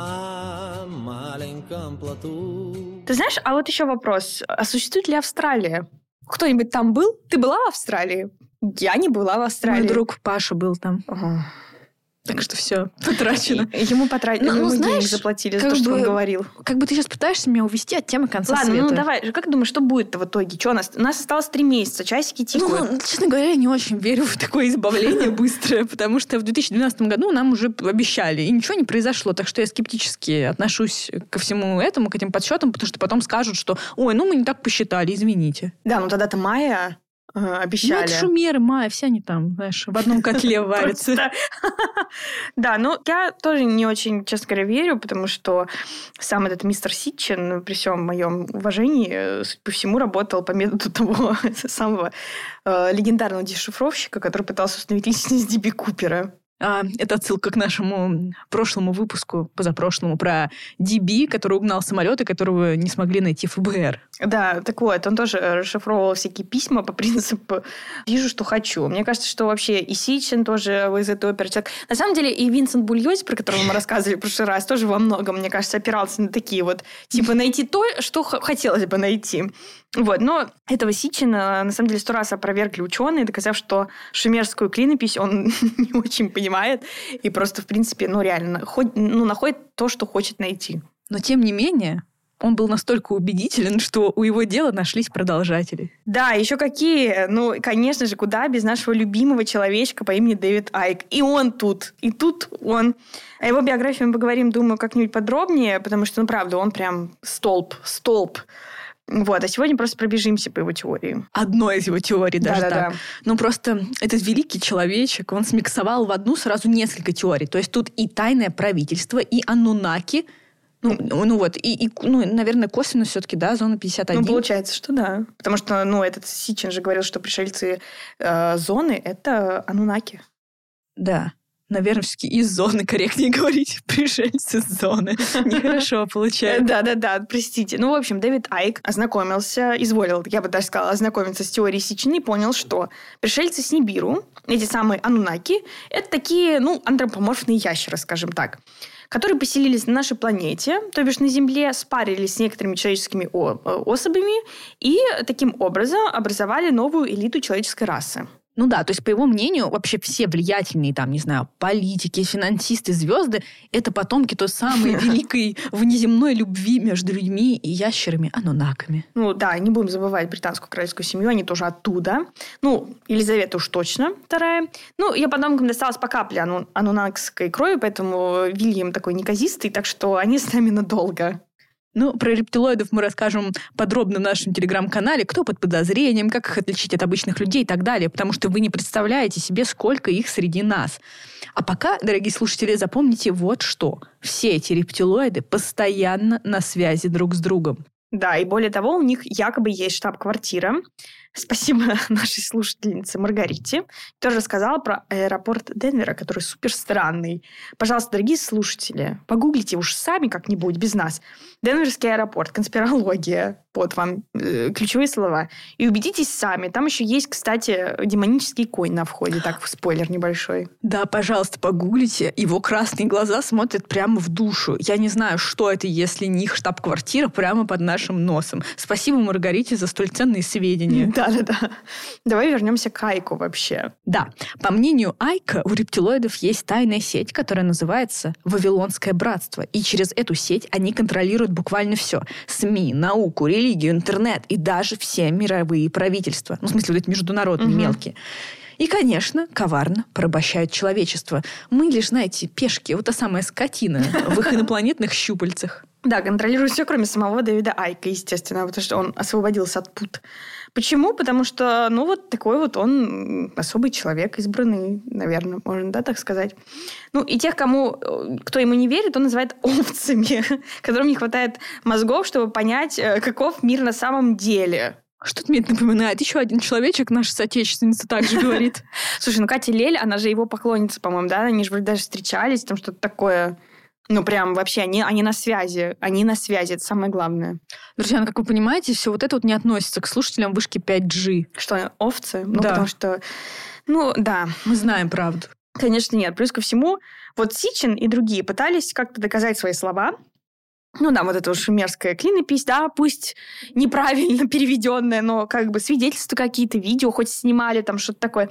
[SPEAKER 3] На маленьком плоту.
[SPEAKER 1] Ты знаешь, а вот еще вопрос. А существует ли Австралия? Кто-нибудь там был? Ты была в Австралии? Я не была в Австралии.
[SPEAKER 2] Мой друг Паша был там.
[SPEAKER 1] Ага.
[SPEAKER 2] Так что все, потрачено.
[SPEAKER 1] И, ему потратили,
[SPEAKER 2] ну,
[SPEAKER 1] ему
[SPEAKER 2] ну, знаешь,
[SPEAKER 1] денег заплатили за
[SPEAKER 2] как
[SPEAKER 1] то, что
[SPEAKER 2] бы,
[SPEAKER 1] он говорил.
[SPEAKER 2] Как бы ты сейчас пытаешься меня увести от темы конца
[SPEAKER 1] Ладно,
[SPEAKER 2] света.
[SPEAKER 1] ну давай, как думаешь, что будет-то в итоге? Что у нас? У нас осталось три месяца, часики тикают.
[SPEAKER 2] Ну, честно говоря, я не очень верю в такое избавление быстрое, потому что в две тысячи двенадцатом году нам уже обещали, и ничего не произошло. Так что я скептически отношусь ко всему этому, к этим подсчетам, потому что потом скажут, что ой, ну мы не так посчитали, извините.
[SPEAKER 1] Да, ну тогда-то майя обещали.
[SPEAKER 2] Ну, это шумеры, майя, все они там, знаешь, в одном котле варятся.
[SPEAKER 1] Да, ну, я тоже не очень, честно говоря, верю, потому что сам этот мистер Ситчин, при всем моем уважении, по всему работал по методу того самого легендарного дешифровщика, который пытался установить личность Ди Би Купера.
[SPEAKER 2] А, это отсылка к нашему прошлому выпуску, позапрошлому, про Ди Би, который угнал самолет, и которого не смогли найти эф бэ эр.
[SPEAKER 1] Да, так вот, он тоже расшифровывал всякие письма по принципу «вижу, что хочу». Мне кажется, что вообще и Ситчин тоже из этой оперы человек. На самом деле и Винсент Бульози, про которого мы рассказывали в прошлый раз, тоже во многом, мне кажется, опирался на такие вот, типа, найти то, что хотелось бы найти. Вот, но этого Ситчина, на самом деле, сто раз опровергли ученые, доказав, что шумерскую клинопись он не очень понимает и просто, в принципе, ну, реально, хоть, ну, находит то, что хочет найти.
[SPEAKER 2] Но, тем не менее, он был настолько убедителен, что у его дела нашлись продолжатели.
[SPEAKER 1] Да, еще какие? Ну, конечно же, куда без нашего любимого человечка по имени Дэвид Айк. И он тут, и тут он. О его биографии мы поговорим, думаю, как-нибудь подробнее, потому что, ну, правда, он прям столб, столб. Вот, а сегодня просто пробежимся по его теории.
[SPEAKER 2] Одной из его теорий даже
[SPEAKER 1] да,
[SPEAKER 2] так.
[SPEAKER 1] Да, да.
[SPEAKER 2] Ну, просто этот великий человечек, он смиксовал в одну сразу несколько теорий. То есть тут и тайное правительство, и аннунаки, Ну, ну вот, и, и, ну, наверное, косвенно все-таки, да, зона пятьдесят один.
[SPEAKER 1] Ну, получается, что да. Потому что, ну, этот Сичин же говорил, что пришельцы э, зоны – это анунаки.
[SPEAKER 2] Да. Наверное, все-таки из зоны корректнее говорить. Пришельцы с зоны. Нехорошо получается.
[SPEAKER 1] Да-да-да, простите. Ну, в общем, Дэвид Айк ознакомился, изволил, я бы даже сказала, ознакомиться с теорией Сичина и понял, что пришельцы с Нибиру, эти самые анунаки, это такие, ну, антропоморфные ящеры, скажем так, которые поселились на нашей планете, то бишь на Земле, спарились с некоторыми человеческими особями и таким образом образовали новую элиту человеческой расы.
[SPEAKER 2] Ну да, то есть, по его мнению, вообще все влиятельные, там, не знаю, политики, финансисты, звезды – это потомки той самой великой внеземной любви между людьми и ящерами, анунаками.
[SPEAKER 1] Ну да, не будем забывать британскую королевскую семью, они тоже оттуда. Ну, Елизавета уж точно вторая. Ну, ее потомкам досталось по капле ану- анунакской крови, поэтому Вильям такой неказистый, так что они с нами надолго.
[SPEAKER 2] Ну, про рептилоидов мы расскажем подробно в нашем телеграм-канале, кто под подозрением, как их отличить от обычных людей и так далее, потому что вы не представляете себе, сколько их среди нас. А пока, дорогие слушатели, запомните вот что. Все эти рептилоиды постоянно на связи друг с другом.
[SPEAKER 1] Да, и более того, у них якобы есть штаб-квартира. Спасибо нашей слушательнице Маргарите, которая рассказала про аэропорт Денвера, который супер странный. Пожалуйста, дорогие слушатели, погуглите уж сами как-нибудь без нас. Денверский аэропорт, конспирология. Вот вам э, ключевые слова. И убедитесь сами. Там еще есть, кстати, демонический конь на входе. Так, спойлер небольшой.
[SPEAKER 2] Да, пожалуйста, погуглите. Его красные глаза смотрят прямо в душу. Я не знаю, что это, если не их штаб-квартира прямо под нашим носом. Спасибо Маргарите за столь ценные сведения.
[SPEAKER 1] Да-да-да. Давай вернемся к Айку вообще.
[SPEAKER 2] Да. По мнению Айка, у рептилоидов есть тайная сеть, которая называется Вавилонское братство. И через эту сеть они контролируют буквально все. СМИ, науку, религию, интернет и даже все мировые правительства. Ну, в смысле, вот эти международные, угу. мелкие. И, конечно, коварно порабощают человечество. Мы лишь, знаете, пешки, вот та самая скотина в их инопланетных щупальцах.
[SPEAKER 1] Да, контролирует все, кроме самого Дэвида Айка, естественно, потому что он освободился от пут. Почему? Потому что, ну, вот такой вот он особый человек, избранный, наверное, можно, да, так сказать. Ну, и тех, кому, кто ему не верит, он называет овцами, которым не хватает мозгов, чтобы понять, каков мир на самом деле.
[SPEAKER 2] Что-то мне это напоминает. Еще один человечек, наша соотечественница, также говорит.
[SPEAKER 1] Слушай, ну Катя Лель, она же его поклонница, по-моему, да? Они же вроде даже встречались, там что-то такое... Ну, прям вообще, они, они на связи. Они на связи, это самое главное.
[SPEAKER 2] Друзья, ну, как вы понимаете, все вот это вот не относится к слушателям вышки пять джи.
[SPEAKER 1] Что, овцы? Ну,
[SPEAKER 2] да.
[SPEAKER 1] Потому что... Ну, да.
[SPEAKER 2] Мы знаем правду.
[SPEAKER 1] Конечно, нет. Плюс ко всему, вот Сичин и другие пытались как-то доказать свои слова. Ну да, вот эта уж мерзкая клинопись, да, пусть неправильно переведенная, но как бы свидетельства какие-то, видео хоть снимали, там что-то такое.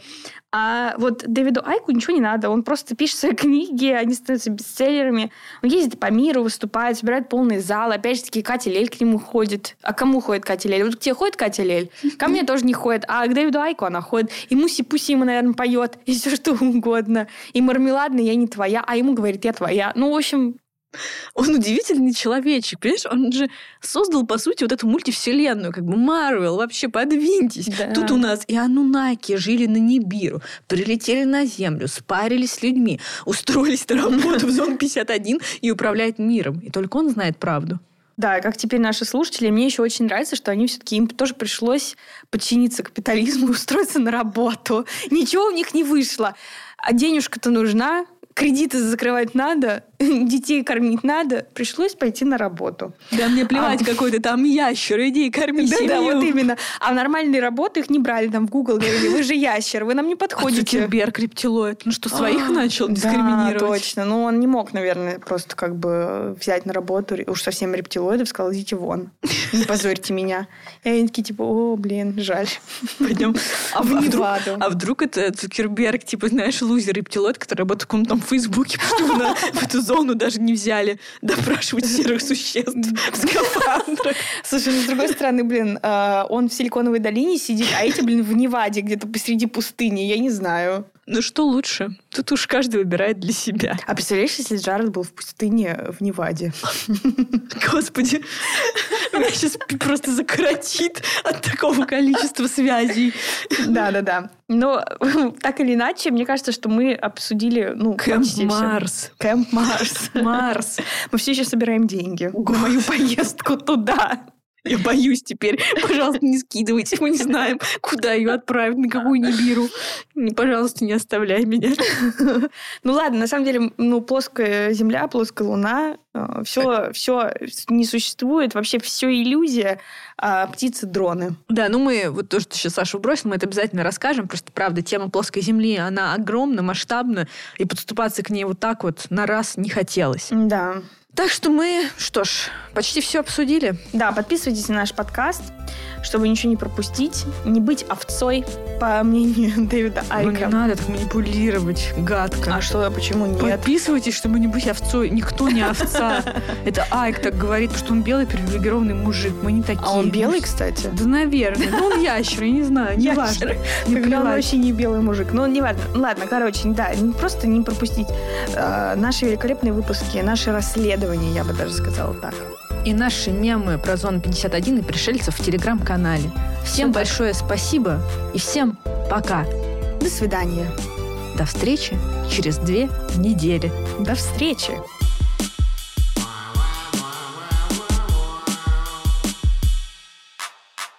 [SPEAKER 1] А вот Дэвиду Айку ничего не надо, он просто пишет свои книги, они становятся бестселлерами, он ездит по миру, выступает, собирает полный зал, опять же таки Катя Лель к нему ходит. А кому ходит Катя Лель? Вот к тебе ходит Катя Лель? Ко мне тоже не ходит, а к Дэвиду Айку она ходит. И Муси-Пуси ему, наверное, поет, и все что угодно. И мармеладная я не твоя, а ему говорит, я твоя. Ну, в общем...
[SPEAKER 2] Он удивительный человечек, понимаешь? Он же создал, по сути, вот эту мультивселенную, как бы Марвел, вообще подвиньтесь. Да. Тут у нас и анунаки жили на Нибиру, прилетели на Землю, спарились с людьми, устроились на работу в зону пятьдесят один и управляют миром. И только он знает правду.
[SPEAKER 1] Да, как теперь наши слушатели, мне еще очень нравится, что они все-таки им тоже пришлось подчиниться капитализму и устроиться на работу. Ничего у них не вышло. А денежка-то нужна. Кредиты закрывать надо, детей кормить надо, пришлось пойти на работу.
[SPEAKER 2] Да мне плевать, а... какой ты там ящер, иди корми семью.
[SPEAKER 1] Да, вот именно. А в нормальные работы их не брали, там в Google говорили, вы же ящер, вы нам не подходите.
[SPEAKER 2] А Цукерберг рептилоид, ну что, своих начал дискриминировать?
[SPEAKER 1] Да, точно. Ну, он не мог, наверное, просто как бы взять на работу уж совсем рептилоидов, сказал, идите вон, не позорьте меня. И они такие, типа, о, блин, жаль.
[SPEAKER 2] Пойдем а в Неваду. А вдруг это Цукерберг, типа, знаешь, лузер рептилоид, который работает в каком-то в Фейсбуке, почему на в эту зону даже не взяли допрашивать серых существ в скафандрах.
[SPEAKER 1] Слушай, ну, с другой стороны, блин, он в Силиконовой долине сидит, а эти, блин, в Неваде, где-то посреди пустыни, я не знаю.
[SPEAKER 2] Ну что лучше? Тут уж каждый выбирает для себя.
[SPEAKER 1] А представляешь, если Джаред был в пустыне в Неваде?
[SPEAKER 2] Господи, меня сейчас просто закоротит от такого количества связей.
[SPEAKER 1] Да-да-да. Но так или иначе, мне кажется, что мы обсудили... Ну,
[SPEAKER 2] Кэмп
[SPEAKER 1] почти всё.
[SPEAKER 2] Марс.
[SPEAKER 1] Кэмп Марс.
[SPEAKER 2] Марс.
[SPEAKER 1] Мы все еще собираем деньги на мою поездку туда.
[SPEAKER 2] Я боюсь теперь. Пожалуйста, не скидывайте. Мы не знаем, куда ее отправить, на какую Нибиру. Пожалуйста, не оставляй меня.
[SPEAKER 1] Ну ладно, на самом деле, ну, плоская Земля, плоская Луна, все, все не существует, вообще все иллюзия, а птицы — дроны.
[SPEAKER 2] Да, ну мы, вот то, что сейчас Саша бросил, мы это обязательно расскажем. Просто, правда, тема плоской Земли, она огромна, масштабна, и подступаться к ней вот так вот на раз не хотелось.
[SPEAKER 1] Да.
[SPEAKER 2] Так что мы, что ж, почти все обсудили.
[SPEAKER 1] Да, подписывайтесь на наш подкаст, чтобы ничего не пропустить, не быть овцой, по мнению Дэвида Айка.
[SPEAKER 2] Ну не надо так манипулировать, гадко.
[SPEAKER 1] А что, почему нет?
[SPEAKER 2] Подписывайтесь, чтобы не быть овцой. Никто не овца. Это Айк так говорит, потому что он белый привилегированный мужик. Мы не такие.
[SPEAKER 1] А он белый, кстати?
[SPEAKER 2] Да, наверное. Ну, он ящер, я не знаю, не важно. Не
[SPEAKER 1] Когда он
[SPEAKER 2] плевать.
[SPEAKER 1] вообще не белый мужик. Ну, не важно. Ладно, короче, да, просто не пропустить э, наши великолепные выпуски, наши расследования, я бы даже сказала так.
[SPEAKER 2] И наши мемы про Зону пятьдесят один и пришельцев в Телеграм-канале. Всем
[SPEAKER 1] Супер.
[SPEAKER 2] большое спасибо и всем пока.
[SPEAKER 1] До свидания.
[SPEAKER 2] До встречи через две недели.
[SPEAKER 1] До встречи.